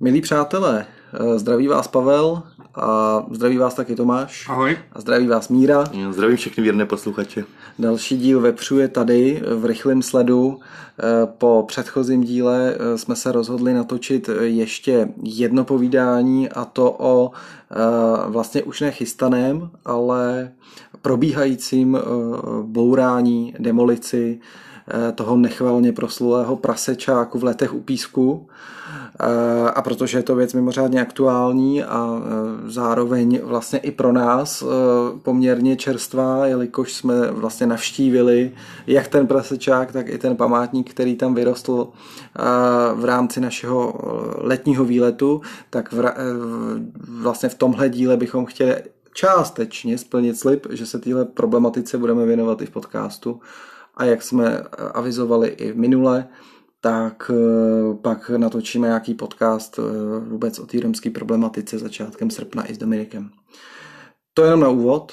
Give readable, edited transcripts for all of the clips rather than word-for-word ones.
Milí přátelé, zdraví vás Pavel a zdraví vás taky Tomáš. Ahoj. A zdraví vás Míra. Zdravím všechny věrné posluchače. Další díl Vepřů je tady v rychlém sledu. Po předchozím díle jsme se rozhodli natočit ještě jedno povídání, a to o vlastně už nechystaném, ale probíhajícím bourání, demolici toho nechvalně proslulého prasečáku v Letech u Písku. A protože je to věc mimořádně aktuální a zároveň vlastně i pro nás poměrně čerstvá, jelikož jsme vlastně navštívili jak ten prasečák, tak i ten památník, který tam vyrostl v rámci našeho letního výletu, tak vlastně v tomhle díle bychom chtěli částečně splnit slib, že se téhle problematice budeme věnovat i v podcastu. A jak jsme avizovali i v minule, tak pak natočíme nějaký podcast vůbec o té romské problematice začátkem srpna i s Dominikem. To je jenom na úvod.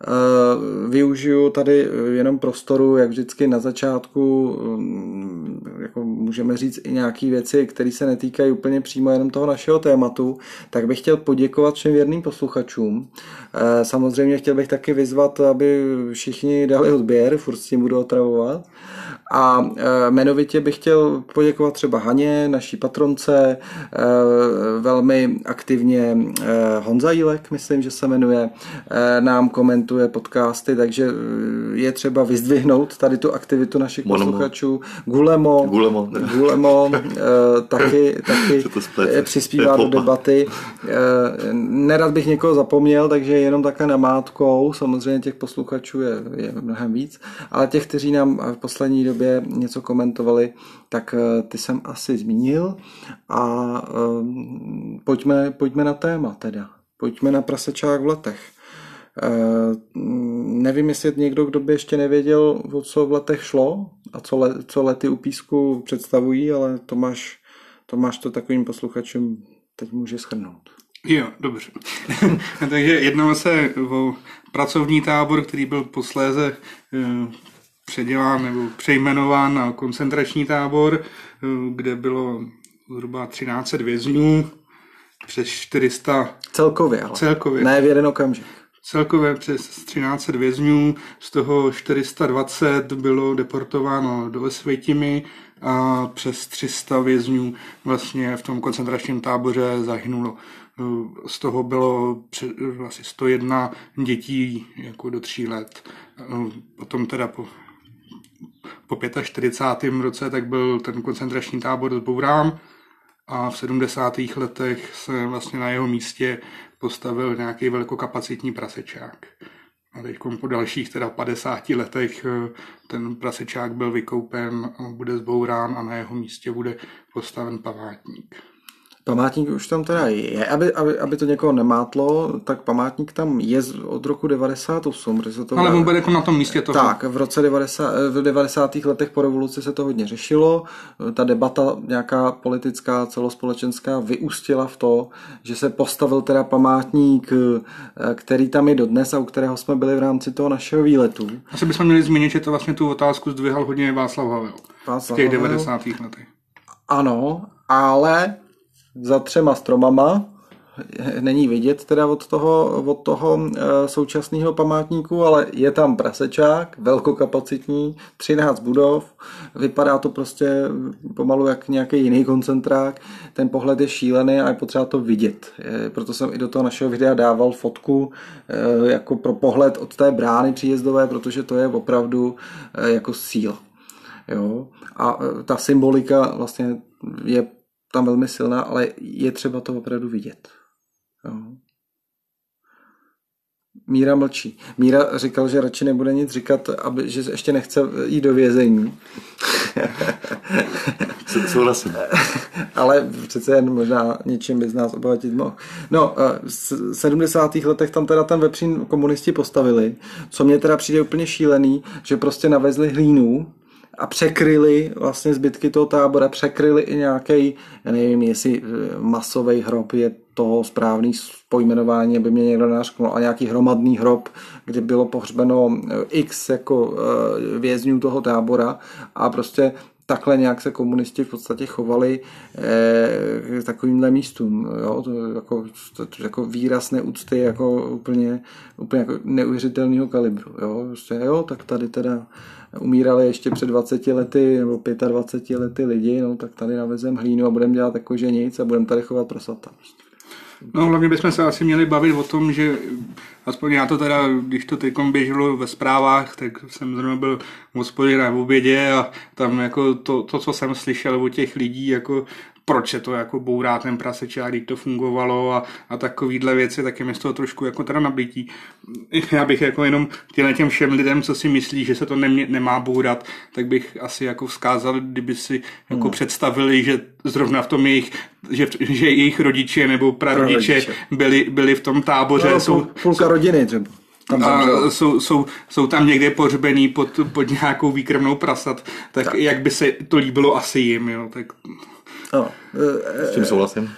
Využiju tady jenom prostoru, jak vždycky na začátku, jako můžeme říct i nějaké věci, které se netýkají úplně přímo jenom toho našeho tématu, tak bych chtěl poděkovat všem věrným posluchačům. Samozřejmě chtěl bych taky vyzvat, aby všichni dali odběr, furt s tím budu otravovat. A jmenovitě bych chtěl poděkovat třeba Haně, naší patronce, velmi aktivně Honza Jílek, myslím, že se jmenuje, nám komentuje podcasty, takže je třeba vyzdvihnout tady tu aktivitu našich posluchačů. Gulemo taky přispívá do debaty. Nerad bych někoho zapomněl, takže jenom také namátkou, samozřejmě těch posluchačů je mnohem víc, ale těch, kteří nám v poslední době něco komentovali, tak ty jsem asi zmínil a pojďme na téma teda. Pojďme na prasečák v Letech. Nevím, jestli někdo, kdo by ještě nevěděl, o co v Letech šlo a co Lety u Písku představují, ale Tomáš to takovým posluchačům teď může shrnout. Jo, dobře. Takže jednalo se o pracovní tábor, který byl posléze předělán nebo přejmenován na koncentrační tábor, kde bylo zhruba 1300 vězňů, přes 400... Celkově. Ne v jeden okamžik. Celkově přes 1300 vězňů, z toho 420 bylo deportováno do Osvětimi a přes 300 vězňů vlastně v tom koncentračním táboře zahynulo. Z toho bylo asi 101 dětí jako do 3 let. Potom teda po 45. roce tak byl ten koncentrační tábor zbourán a v 70. letech se vlastně na jeho místě postavil nějaký velkokapacitní prasečák. A teď po dalších teda 50 letech ten prasečák byl vykoupen, bude zbourán a na jeho místě bude postaven památník. Památník už tam teda je, aby to někoho nemátlo, tak památník tam je od roku 98. Ale on bude jako na tom místě toho. Tak, v 90. letech po revoluci se to hodně řešilo. Ta debata nějaká politická, celospolečenská vyústila v to, že se postavil teda památník, který tam je dodnes a u kterého jsme byli v rámci toho našeho výletu. Asi bychom měli zmínit, že to vlastně tu otázku zdvihal hodně Václav Havel v těch 90. letech. Ano, ale za 3 stromama není vidět teda od toho současného památníku, ale je tam prasečák, velkokapacitní, 13 budov, vypadá to prostě pomalu jak nějaký jiný koncentrák, ten pohled je šílený a je potřeba to vidět. Proto jsem i do toho našeho videa dával fotku jako pro pohled od té brány příjezdové, protože to je opravdu jako síla. Jo? A ta symbolika vlastně je tam velmi silná, ale je třeba to opravdu vidět. Jo. Míra mlčí. Míra říkal, že radši nebude nic říkat, že ještě nechce jít do vězení. Souhlasím. Ale přece jen možná něčím by z nás obohatit mohl. No, v 70. letech tam teda ten vepřín komunisti postavili, co mě teda přijde úplně šílený, že prostě navezli hlínu a překryli vlastně zbytky toho tábora, překryli i nějaký, já nevím, jestli masový hrob je toho správný pojmenování, aby mě někdo nařknul, a nějaký hromadný hrob, kde bylo pohřbeno x jako vězňů toho tábora a prostě takhle nějak se komunisti v podstatě chovali k takovýmhle místům. Jo? To jako výraz neúcty jako úplně jako neuvěřitelného kalibru. Jo? Prostě, jo, tak tady teda umírali ještě před 20 lety nebo 25 lety lidi, no tak tady navezem hlínu a budeme dělat jako že nic a budeme tady chovat prasata. No hlavně bychom se asi měli bavit o tom, že aspoň já to teda, když to teďkom běželo ve zprávách, tak jsem zrovna byl v hospodě na obědě a tam jako to, co jsem slyšel od těch lidí, jako proč se to jako bourá ten prasečák, když to fungovalo a takovýhle věci, tak je mi z toho trošku jako teda nablítí. Já bych jako jenom těm všem lidem, co si myslí, že se to nemá bourat, tak bych asi jako vzkázal, kdyby si jako představili, že zrovna v tom že jejich rodiče nebo prarodiče byli v tom táboře. No, půlka rodiny třeba. A jsou tam někde pohřbený pod nějakou výkrmnou prasat, tak jak by se to líbilo asi jim, jo, tak... No, s tím souhlasím.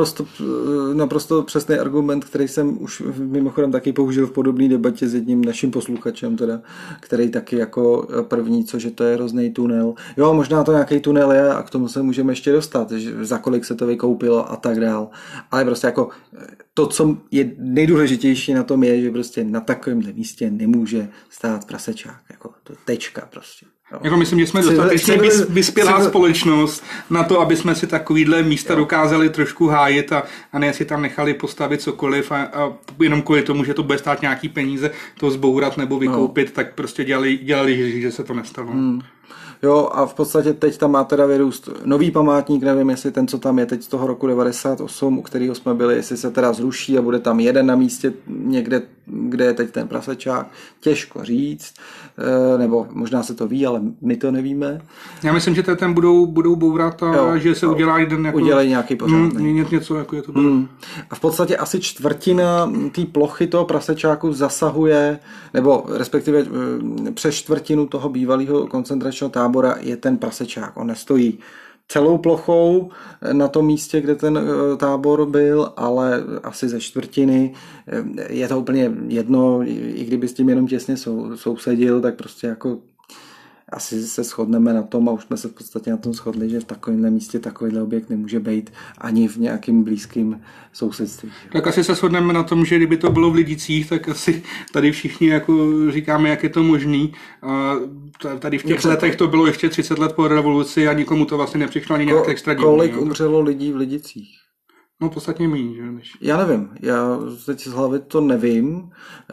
Naprosto přesný argument, který jsem už mimochodem taky použil v podobné debatě s jedním naším posluchačem, teda, který taky jako první, cože to je hrozný tunel. Jo, možná to nějaký tunel je a k tomu se můžeme ještě dostat, že za kolik se to vykoupilo a tak dál. Ale prostě jako to, co je nejdůležitější na tom je, že prostě na takovémhle místě nemůže stát prasečák. Jako to tečka prostě. Jako myslím, že jsme dostatečně vyspělá společnost na to, aby jsme si takovýhle místa dokázali trošku hájit a ne si tam nechali postavit cokoliv a jenom kvůli tomu, že to bude stát nějaký peníze, to zbourat nebo vykoupit, tak prostě dělali, že se to nestalo. Jo, a v podstatě teď tam má teda vyrůst nový památník, nevím, jestli ten, co tam je teď z toho roku 98, u kterého jsme byli, jestli se teda zruší a bude tam jeden na místě někde, kde je teď ten prasečák, těžko říct, nebo možná se to ví, ale my to nevíme. Já myslím, že ten budou bourat a že se udělá jeden jako... Udělají nějaký pořádný. Něco jako je to bylo. A v podstatě asi čtvrtina té plochy toho prasečáku zasahuje, nebo respektive přes čtvrtinu toho bývalého koncentračního tábora je ten prasečák. On nestojí celou plochou na tom místě, kde ten tábor byl, ale asi ze čtvrtiny. Je to úplně jedno, i kdyby s tím jenom těsně sousedil, tak prostě jako asi se shodneme na tom a už jsme se v podstatě na tom shodli, že v takovémhle místě takovýhle objekt nemůže být ani v nějakým blízkým sousedství. Tak asi se shodneme na tom, že kdyby to bylo v Lidicích, tak asi tady všichni jako říkáme, jak je to možný. A tady v těch letech to bylo ještě 30 let po revoluci a nikomu to vlastně nepřišlo ani nějak extra divný. Kolik umřelo lidí v Lidicích? No podstatně méně, že? Já nevím, já teď z hlavy to nevím.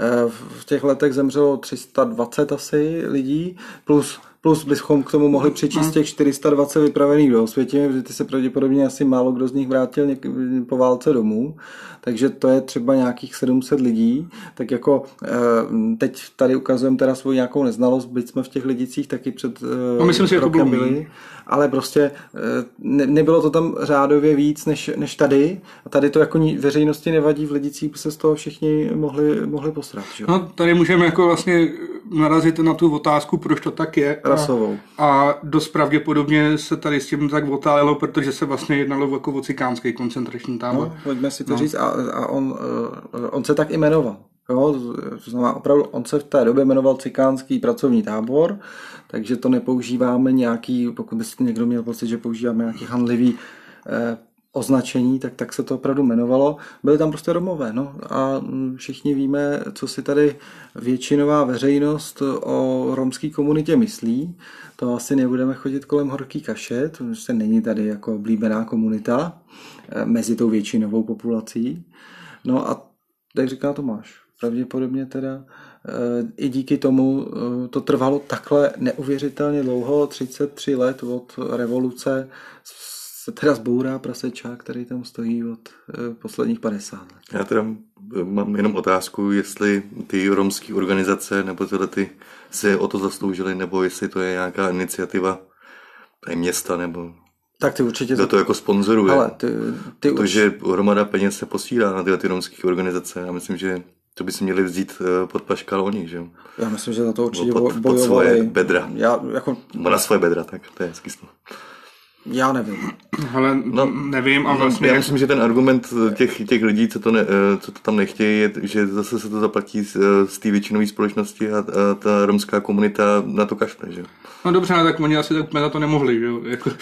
V těch letech zemřelo 320 asi lidí, plus bychom k tomu mohli přičíst těch 420 vypravených do Osvětimi, protože ty se pravděpodobně asi málo kdo z nich vrátil po válce domů, takže to je třeba nějakých 700 lidí, tak jako teď tady ukazujeme teda svou nějakou neznalost, byť jsme v těch Lidicích taky před myslím si, rokem byli, ale prostě nebylo to tam řádově víc než tady a tady to jako veřejnosti nevadí, v Lidicích by se z toho všichni mohli posrat. Že? No tady můžeme jako vlastně narazit na tu otázku, proč to tak je. Rasovou. A dost pravděpodobně se tady s tím tak otálelo, protože se vlastně jednalo jako o cikánský koncentrační tábor. No, pojďme si to říct. A on se tak i jmenoval. Jo? To znamená, opravdu on se v té době jmenoval cikánský pracovní tábor, takže to nepoužíváme nějaký, pokud by někdo měl pocit, že používáme nějaký hanlivý označení, tak se to opravdu jmenovalo. Byly tam prostě Romové, no a všichni víme, co si tady většinová veřejnost o romské komunitě myslí. To asi nebudeme chodit kolem horký kaše, to prostě není tady jako oblíbená komunita mezi tou většinovou populací. No a tak říká Tomáš, pravděpodobně teda i díky tomu to trvalo takhle neuvěřitelně dlouho, 33 let od revoluce, se teda zbourá prasečák, který tam stojí od posledních 50 let. Já teda mám jenom otázku, jestli ty romské organizace nebo tyhle ty se o to zasloužily, nebo jestli to je nějaká iniciativa tady města, nebo tak ty určitě kdo to jako sponzoruje. Ale protože hromada peněz se posílá na tyhle ty romské organizace. Já myslím, že to by si měli vzít pod paškal oni, že jo? Já myslím, že za to určitě pod svoje bedra. Jako... Na svoje bedra, tak to je hezký slovo. Já nevím. Ale nevím a vlastně... Já myslím, že ten argument těch lidí, co to tam nechtějí, je, že zase se to zaplatí z té většinové společnosti a ta romská komunita na to kašle, že? No dobře, ale tak oni asi tak za to nemohli, že jo?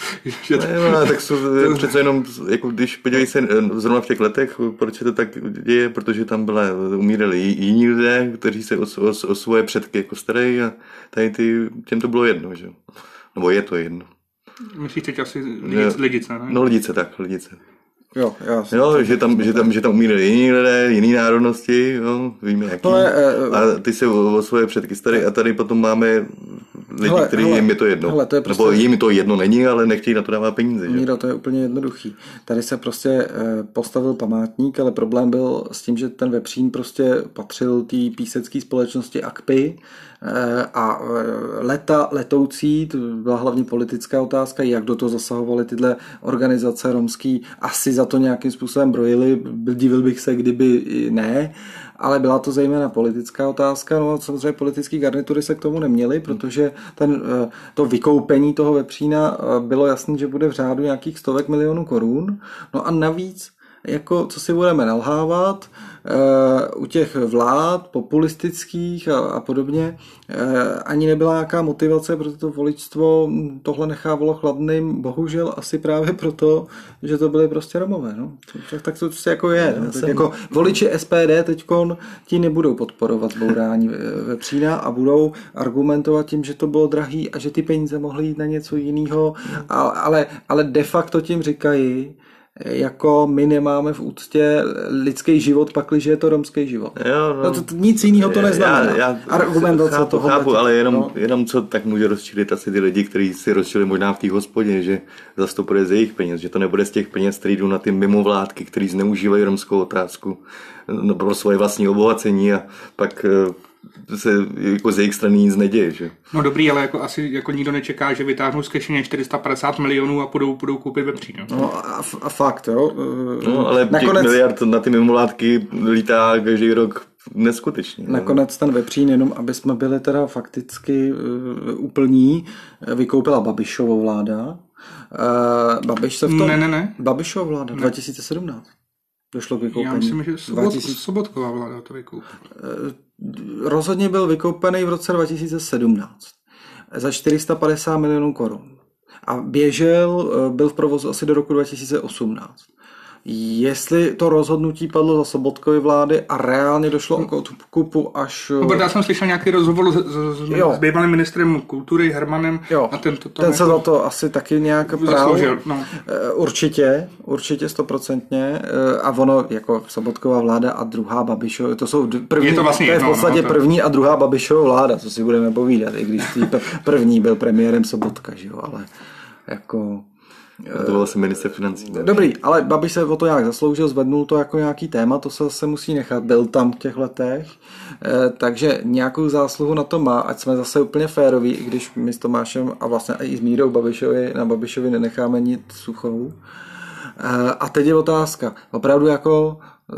Tak jsou přece jenom, jako když podívej se zrovna v těch letech, proč se to tak děje, protože tam umírali jiní lidé, kteří se o svoje předky jako starají a tady těm to bylo jedno, že jo? Nebo je to jedno. Myslíš teď asi Lidice, ne? No Lidice. Jo, že tam umírají jiní lidé, jiný národnosti, jo, víme jaký. A ty se o svoje předky starají a tady potom máme lidi, kteří jim je to jedno. To je prostě... Nebo jim to jedno není, ale nechtějí na to dávat peníze. Míro, to je úplně jednoduchý. Tady se prostě postavil památník, ale problém byl s tím, že ten vepřín prostě patřil té písecké společnosti AKPI a letoucí, to byla hlavně politická otázka, jak do toho zasahovaly tyhle organizace romský, asi za to nějakým způsobem brojili, divil bych se, kdyby ne, ale byla to zejména politická otázka, no samozřejmě politické garnitury se k tomu neměly, protože to vykoupení toho vepřína bylo jasné, že bude v řádu nějakých stovek milionů korun, no a navíc jako, co si budeme nalhávat, u těch vlád populistických a podobně ani nebyla nějaká motivace, protože to voličstvo tohle nechávalo chladným, bohužel asi právě proto, že to byly prostě Romové. No. Tak to prostě jako je. No. Tak jako voliči SPD teďkon ti nebudou podporovat bourání vepřína a budou argumentovat tím, že to bylo drahý a že ty peníze mohly jít na něco jiného, ale de facto tím říkají, jako my nemáme v úctě lidský život, pakliže je to romský život. Jo, no. Nic jiného to neznamená. Já chápu, ale jenom co tak může rozčílit asi ty lidi, kteří si rozčili možná v té hospodě, že zase to bude z jejich peněz, že to nebude z těch peněz, které jdou na ty mimovládky, který zneužívají romskou otázku pro svoje vlastní obohacení a pak se jako z jejich strany nic neděje, že? No dobrý, ale jako asi jako nikdo nečeká, že vytáhnou z kešeně 450 milionů a půjdou koupit vepřín. No a fakt, jo. No, ale nakonec... těch miliard na ty mimolátky lítá každý rok neskutečně. Nakonec ten vepřín, jenom aby jsme byli teda fakticky úplní, vykoupila Babišova vláda. Babiš se v tom... Ne. Babišova vláda, 2017. Došlo k vykoupení. Já myslím, že Sobotková vláda to vykoupila. Rozhodně byl vykoupený v roce 2017 za 450 milionů korun. A byl v provozu asi do roku 2018. Jestli to rozhodnutí padlo za Sobotkovy vlády a reálně došlo k odkupu až... No, já jsem slyšel nějaký rozhovor s bývalým ministrem kultury Hermanem. Jo. A ten se za to asi taky nějak právě... No. Určitě 100%. A ono, jako Sobotkova vláda a druhá Babišova, to jsou první, to je v podstatě první a druhá Babišova vláda, co si budeme povídat, i když první byl premiérem Sobotka, že jo, ale jako... To byl asi ministr financí. Dobrý, ale Babiš se o to nějak zasloužil, zvednul to jako nějaký téma, to se zase musí nechat, byl tam v těch letech, takže nějakou zásluhu na to má, ať jsme zase úplně féroví, i když my s Tomášem a vlastně i s Mírou na Babišovi nenecháme nic suchou. A teď je otázka, opravdu jako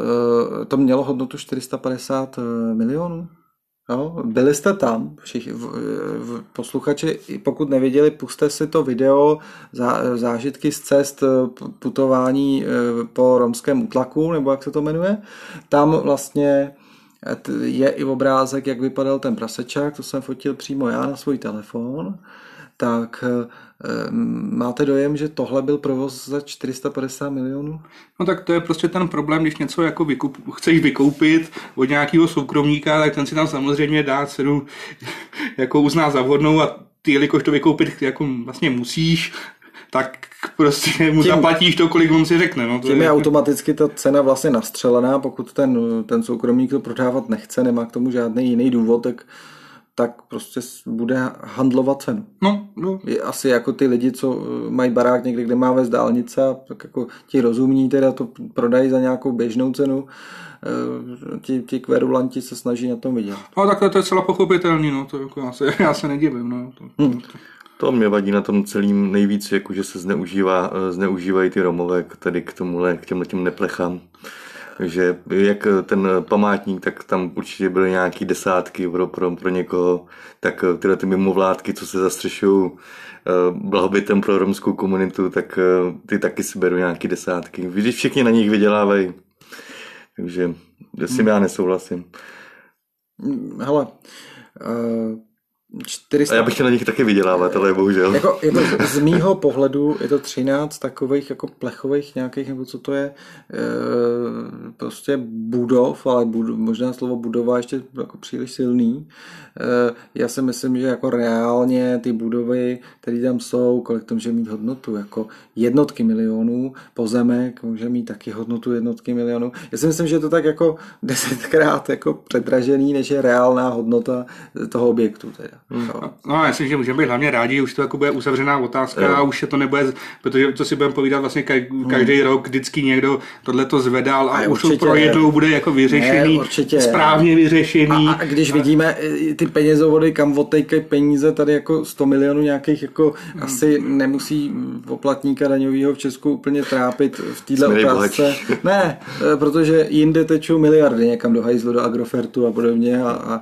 to mělo hodnotu 450 milionů? No, byli jste tam, všichni posluchači, pokud neviděli, puste si to video zážitky z cest putování po romském útlaku, nebo jak se to jmenuje. Tam vlastně je i obrázek, jak vypadal ten prasečák, to jsem fotil přímo já na svůj telefon. Tak máte dojem, že tohle byl provoz za 450 milionů? No tak to je prostě ten problém, když něco jako chceš vykoupit od nějakého soukromníka, tak ten si tam samozřejmě dá cenu, jako uzná za vhodnou a ty, jelikož to vykoupit jako vlastně musíš, tak prostě mu zaplatíš to, kolik on si řekne. No, tím je automaticky ta cena vlastně nastřelená, pokud ten soukromník to prodávat nechce, nemá k tomu žádný jiný důvod, tak prostě bude handlovat cenu. No. Je asi jako ty lidi, co mají barák někde, kde má vést dálnice, a tak jako ti rozumní teda to prodají za nějakou běžnou cenu, ti kverulanti se snaží na tom vidět. No tak to je celá pochopitelný, no, to jako já se nedivím, no. To mě vadí na tom celým nejvíc, jako že se zneužívají ty Romové tady k těmhletím neplechám. že jak ten památník, tak tam určitě byly nějaký desátky pro někoho, tak tyhle ty mimovládky, co se zastřešují blahobytem pro romskou komunitu, tak ty taky si berou nějaký desátky. Když všichni na nich vydělávají. Takže s tím já nesouhlasím. Hele, 400... A já bych chtěl na nich taky vydělávat, ale bohužel. Jako, je to z mýho pohledu je to 13 takových jako plechových nějakých, nebo co to je, prostě budov, ale možná slovo budova ještě jako příliš silný. Já si myslím, že jako reálně ty budovy, které tam jsou, kolik to může mít hodnotu, jako jednotky milionů, pozemek může mít taky hodnotu jednotky milionů. Já si myslím, že je to tak jako 10krát jako předražený, než je reálná hodnota toho objektu teda. No, já myslím, že můžeme být hlavně rádi, už to jako bude uzavřená otázka a už je to nebude, protože co si budeme povídat vlastně každý rok vždycky někdo tohleto zvedal a už to pro jednou bude jako vyřešený, správně vyřešený. A když vidíme ty penězovody, kam odtejkají peníze, tady jako 100 milionů nějakých jako asi nemusí poplatníka daňového v Česku úplně trápit v této otázce. Ne, protože jinde tečou miliardy někam do hajzlu, do Agrofertu a podobně a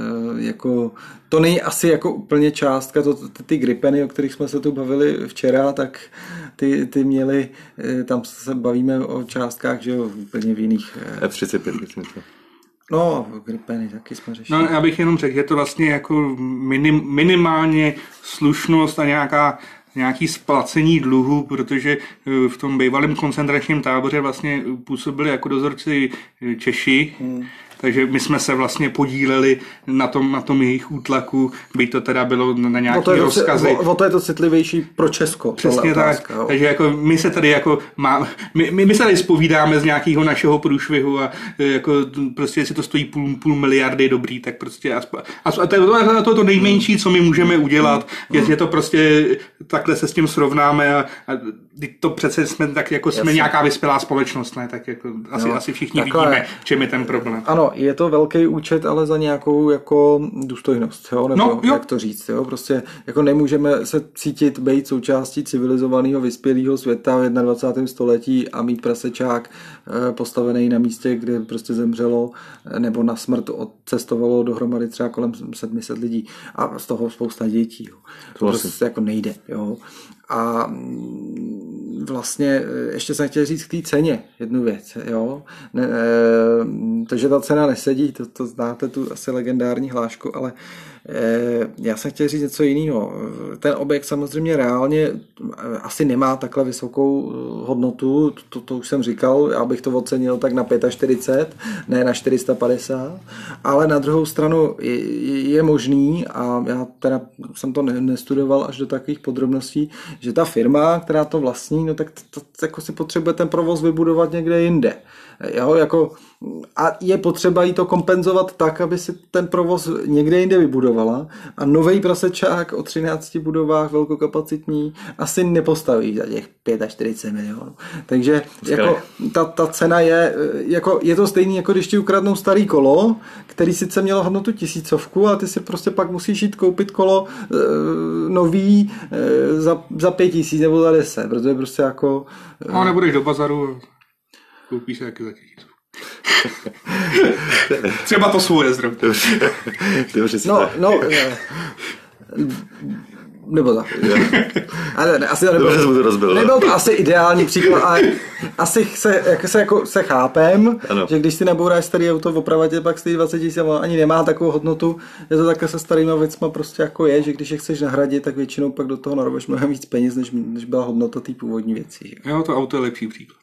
jako to není asi jako úplně částka, ty gripeny, o kterých jsme se tu bavili včera, tak ty měly, tam se bavíme o částkách, že jo, úplně v jiných. F-35, myslím to. No, gripeny taky jsme řešili. No, já bych jenom řekl, že to vlastně jako minimálně slušnost a nějaký splacení dluhu, protože v tom bývalém koncentračním táboře vlastně působili jako dozorci Češi, takže my jsme se vlastně podíleli na tom jejich útlaku, by to teda bylo na nějaké rozkazy. O to je to citlivější pro Česko. Přesně tak. Takže jako my se tady jako my se tady zpovídáme z nějakého našeho průšvihu a jako prostě jestli to stojí půl miliardy dobrý, tak prostě a to je to nejmenší, co my můžeme udělat, je to prostě takhle se s tím srovnáme a to přece jsme tak jako jsme nějaká vyspělá společnost, ne? Tak jako asi všichni vidíme, v čem je ten problém. Ano, je to velký účet, ale za nějakou jako důstojnost, jo? Nebo jak to říct, jo? Prostě jako nemůžeme se cítit být součástí civilizovaného vyspělého světa v 21. století a mít prasečák postavený na místě, kde prostě zemřelo nebo na smrt odcestovalo dohromady třeba kolem 700 lidí a z toho spousta dětí. Jo? To prostě jako nejde, jo? A vlastně ještě jsem chtěl říct k té ceně jednu věc, jo. To, že ta cena nesedí, to znáte tu asi legendární hlášku, ale já jsem chtěl říct něco jiného. Ten objekt samozřejmě reálně asi nemá takhle vysokou hodnotu, to už jsem říkal, já bych to ocenil tak na 45, ne na 450, ale na druhou stranu je možný, a já teda jsem to nestudoval až do takových podrobností, že ta firma, která to vlastní, no tak jako si potřebuje ten provoz vybudovat někde jinde. Jo, jako, a je potřeba jí to kompenzovat tak, aby si ten provoz někde jinde vybudovala a novej prasečák o 13 budovách velkokapacitní asi nepostaví za těch 45 milionů. Takže jako, ta cena je, jako, je to stejný, jako když ti ukradnou starý kolo, který sice mělo hodnotu 1000, a ty si prostě pak musíš jít koupit kolo nový za 5000 nebo za 10, protože prostě jako... No, nebudeš do bazaru, koupíš se taky za 1000. Třeba to svoje zrovna. Nebo tak. Ale ne, asi to nebyl to asi ideální příklad, ale asi se chápem, ano. Že když si nabouráš starý auto, oprava tě pak stojí 20 000, ani nemá takovou hodnotu, je to takhle se starýma věcma prostě jako je, že když je chceš nahradit, tak většinou pak do toho narobeš mnohem víc peněz, než byla hodnota té původní věci. Jo, to auto je lepší příklad.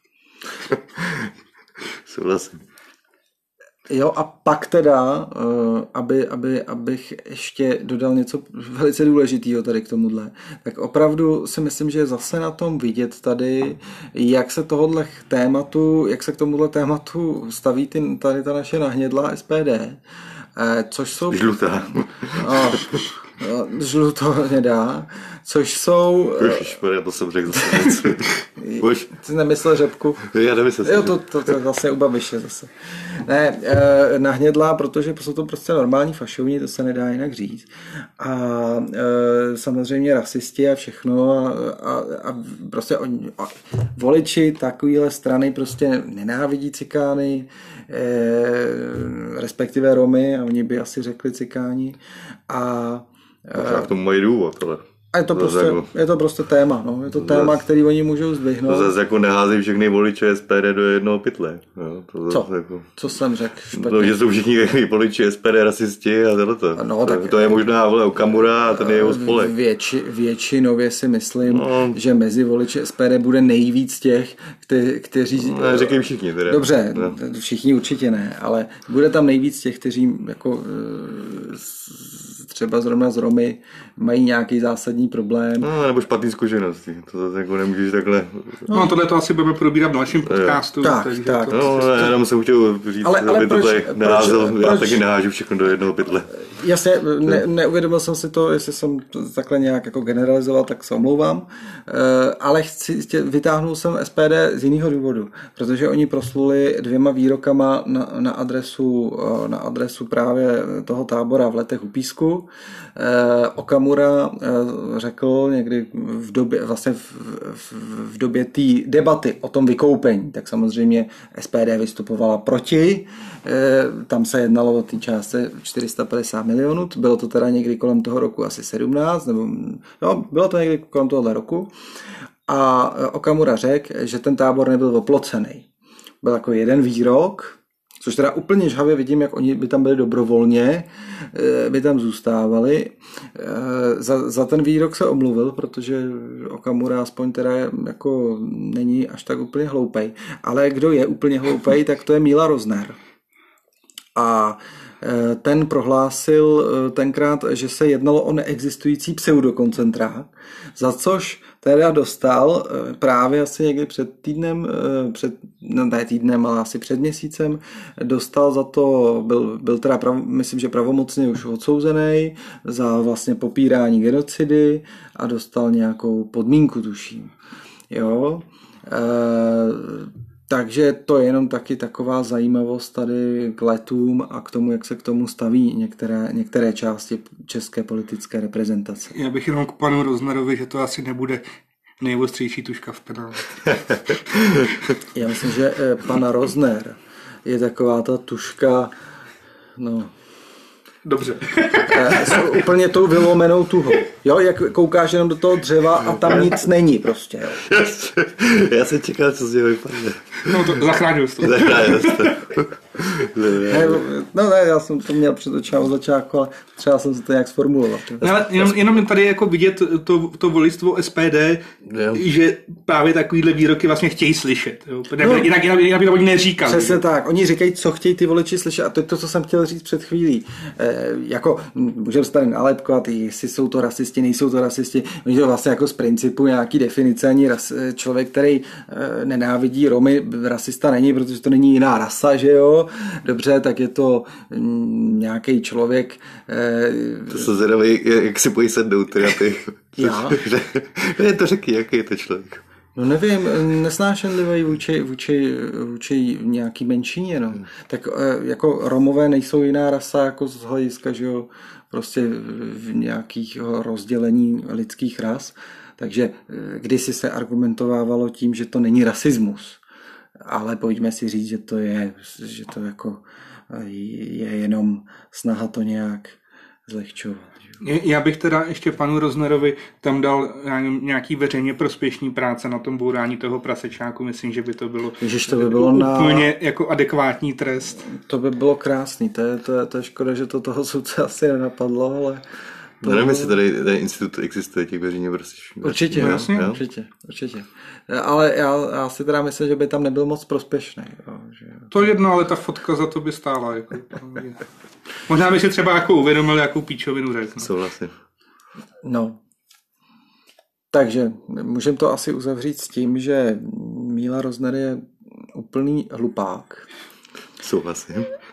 Souhlasím. Jo, a pak teda, abych ještě dodal něco velice důležitého tady k tomuhle, tak opravdu si myslím, že je zase na tom vidět tady, jak se k tomuhle tématu staví tady ta naše nahnědlá SPD, což jsou... Žlutá. žluto-hnědá, což jsou... Ježišmarja, to jsem řekl zase. Ty nemyslel řepku? Já nemyslel. Jo, to zase u Babiše zase. Ne, nahnědlá, protože jsou to prostě normální fašovní, to se nedá jinak říct. A samozřejmě rasisti a všechno a prostě voliči takovéhle strany prostě nenávidí cikány, respektive Romy, a oni by asi řekli cikáni. A k tomu mají důvod, ale... A je to prostě téma, no. Je to téma, který oni můžou zdvihnout. To zase jako nehází všechny voliče SPD do jednoho pytle. Jo, co? Jako... Co jsem řekl špatně? No, že jsou všichni voliči SPD rasisti a tohleto. No, tak... To je možná Okamura a ten je jeho spolek. Většinově si myslím, že mezi voliči SPD bude nejvíc těch, kteří... No, řekli všichni teda. Dobře, všichni určitě ne, ale bude tam nejvíc těch, kteří jako třeba zrovna z Romy mají nějaký zásadní problém. No, nebo špatný zkušenosti. To zase jako nemůžeš takhle... No, tohle to asi budeme probírat v dalším podcastu. Tak. No, já jenom jsem chtěl říct, aby to tady neházel, já taky nehážu všechno do jednoho pytle. Jasně, neuvědomil jsem si to, jestli jsem to takhle nějak jako generalizoval, tak se omlouvám, ale vytáhnul jsem SPD z jiného důvodu, protože oni prosluli 2 výrokama na adresu právě toho tábora v Letech u Písku. Okamura řekl někdy v době té debaty o tom vykoupení, tak samozřejmě SPD vystupovala proti, tam se jednalo o té částce 450 milionů, bylo to teda někdy kolem toho roku asi 17, nebo jo, bylo to někdy kolem tohohle roku a Okamura řekl, že ten tábor nebyl oplocený. Byl jako jeden výrok, což teda úplně žhavě vidím, jak oni by tam byli dobrovolně, by tam zůstávali. Za ten výrok se omluvil, protože Okamura aspoň teda jako není až tak úplně hloupej. Ale kdo je úplně hloupej, tak to je Míla Rozner. A ten prohlásil tenkrát, že se jednalo o neexistující pseudokoncentrát, za což teda dostal právě asi někdy před týdnem, ale asi před měsícem, dostal za to, byl teda myslím, že pravomocně už odsouzený za vlastně popírání genocidy a dostal nějakou podmínku, tuším. Jo. Takže to je jenom taky taková zajímavost tady k letům a k tomu, jak se k tomu staví některé části české politické reprezentace. Já bych jenom k panu Roznerovi, že to asi nebude nejostřejší tuška v penále. Já myslím, že pan Rozner je taková ta tuška, no... Dobře. S úplně tou vylomenou tuhou. Jo, jak koukáš jenom do toho dřeva a tam nic není prostě. Jo. Já jsem čekal, co z něho vypadne. No to zachránil jsi to. Ne, já jsem to měl před očima od začátku, ale třeba jsem se to nějak sformuloval. Ale jenom tady jako vidět to volistvo SPD, že právě takovýhle výroky vlastně chtějí slyšet. Jo. Jinak by to oni neříkali. Přesně tak. Oni říkají, co chtějí ty voliči slyšet. A to je to, co jsem chtěl říct před chvílí. Jako můžeme se tady nalepkovat, jestli jsou to rasisti, nejsou to rasisti. Oni to vlastně jako z principu nějaký definice, ani člověk, který nenávidí Romy, rasista není, protože to není jiná rasa, že jo. Dobře, tak je to nějaký člověk. To se zvědavý, jak si pojí sednout teda ty. Já? Ne, to řekni, jaký je to člověk. No nevím, nesnášenlivý vůči nějaký menšině, no. Tak jako Romové nejsou jiná rasa jako z hlediska, že jo, prostě v nějakých rozdělení lidských ras. Takže kdysi se argumentovávalo tím, že to není rasismus. Ale pojďme si říct, že to jako je jenom snaha to nějak zlehčovat. Já bych teda ještě panu Roznerovi tam dal nějaký veřejně prospěšný práce na tom bourání toho prasečáku. Myslím, že by to bylo, úplně jako adekvátní trest. To by bylo krásný. To je škoda, že to toho soudce asi nenapadlo, ale... Nevím, jestli tady institut existuje těch veřejně prospěšných. Určitě, no, jasně. Určitě. Ale já si teda myslím, že by tam nebyl moc prospěšný. Jo, že... To jedno, ale ta fotka za to by stála. Jako, možná by si třeba jako uvědomil, jakou píčovinu řekl. Souhlasím. No. Takže můžeme to asi uzavřít s tím, že Míla Rozner je úplný hlupák. Souhlasím.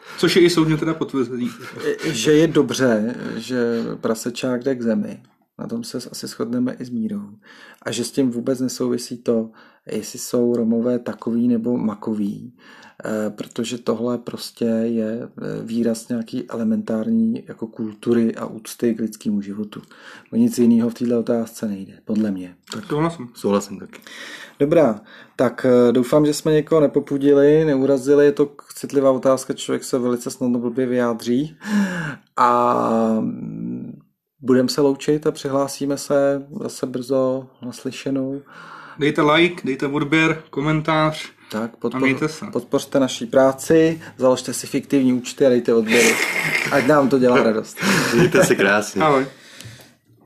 Což je i soudně teda potvrzení. Že je dobře, že prasečák jde k zemi. Na tom se asi shodneme i s Mírou. A že s tím vůbec nesouvisí to, jestli jsou Romové takový nebo makový, protože tohle prostě je výraz nějaký elementární jako kultury a úcty k lidskému životu. O nic jiného v této otázce nejde, podle mě. Tak souhlasím taky. Dobrá, tak doufám, že jsme někoho nepopudili, neurazili, je to citlivá otázka, člověk se velice snadno blbě vyjádří a budeme se loučit a přihlásíme se zase brzo naslyšenou. Dejte like, dejte odběr, komentář. Tak, podpořte naší práci, založte si fiktivní účty a dejte odběry. Ať nám to dělá radost. Mějte se krásně. Ahoj.